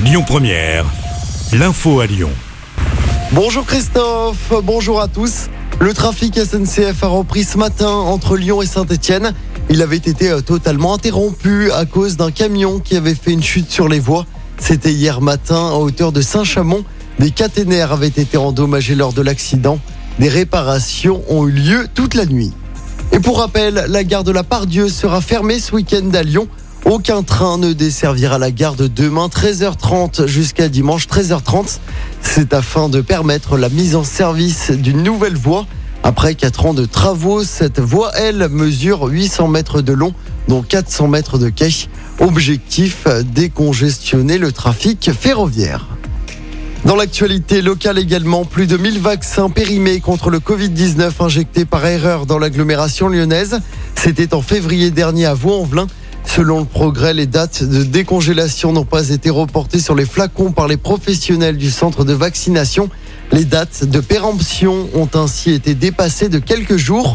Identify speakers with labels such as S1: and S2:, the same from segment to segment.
S1: Lyon Première, l'info à Lyon.
S2: Bonjour Christophe, bonjour à tous. Le trafic SNCF a repris ce matin entre Lyon et Saint-Etienne. Il avait été totalement interrompu à cause d'un camion qui avait fait une chute sur les voies. C'était hier matin à hauteur de Saint-Chamond. Des caténaires avaient été endommagés lors de l'accident. Des réparations ont eu lieu toute la nuit. Et pour rappel, la gare de la Part-Dieu sera fermée ce week-end à Lyon. Aucun train ne desservira la gare de demain 13h30 jusqu'à dimanche 13h30. C'est afin de permettre la mise en service d'une nouvelle voie. Après 4 ans de travaux, cette voie, elle, mesure 800 mètres de long, dont 400 mètres de quai. Objectif, décongestionner le trafic ferroviaire. Dans l'actualité locale également, plus de 1000 vaccins périmés contre le Covid-19 injectés par erreur dans l'agglomération lyonnaise. C'était en février dernier à Vaux-en-Velin. Selon le Progrès, les dates de décongélation n'ont pas été reportées sur les flacons par les professionnels du centre de vaccination. Les dates de péremption ont ainsi été dépassées de quelques jours.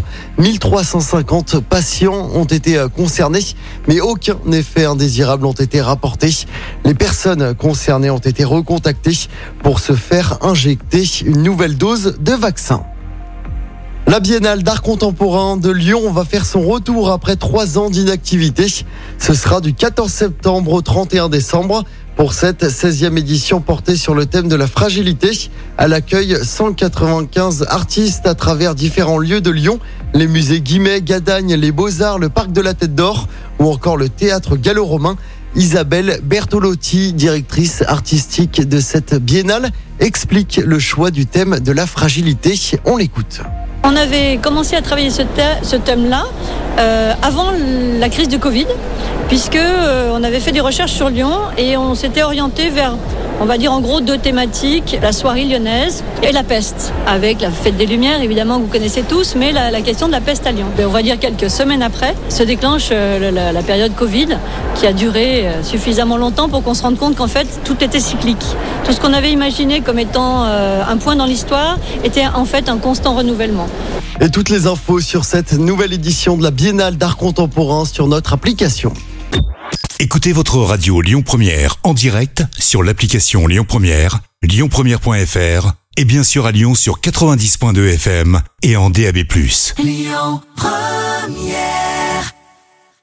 S2: 1350 patients ont été concernés, mais aucun effet indésirable n'ont été rapportés. Les personnes concernées ont été recontactées pour se faire injecter une nouvelle dose de vaccin. La Biennale d'art contemporain de Lyon va faire son retour après 3 ans d'inactivité. Ce sera du 14 septembre au 31 décembre. Pour cette 16e édition portée sur le thème de la fragilité, elle accueille 195 artistes à travers différents lieux de Lyon, les musées Guimet, Gadagne, les Beaux-Arts, le Parc de la Tête d'Or ou encore le théâtre gallo-romain. Isabelle Bertolotti, directrice artistique de cette biennale, explique le choix du thème de la fragilité. On l'écoute.
S3: On avait commencé à travailler ce thème-là avant la crise du Covid, puisque on avait fait des recherches sur Lyon et on s'était orienté vers, on va dire en gros 2 thématiques, la soirée lyonnaise et la peste, avec la fête des Lumières évidemment que vous connaissez tous, mais la question de la peste à Lyon. Et on va dire quelques semaines après se déclenche la période Covid qui a duré suffisamment longtemps pour qu'on se rende compte qu'en fait tout était cyclique. Tout ce qu'on avait imaginé comme étant un point dans l'histoire était en fait un constant renouvellement.
S2: Et toutes les infos sur cette nouvelle édition de la Biennale d'art contemporain sur notre application.
S1: Écoutez votre radio Lyon Première en direct sur l'application Lyon Première, lyonpremière.fr et bien sûr à Lyon sur 90.2 FM et en DAB+.
S4: Lyon Première.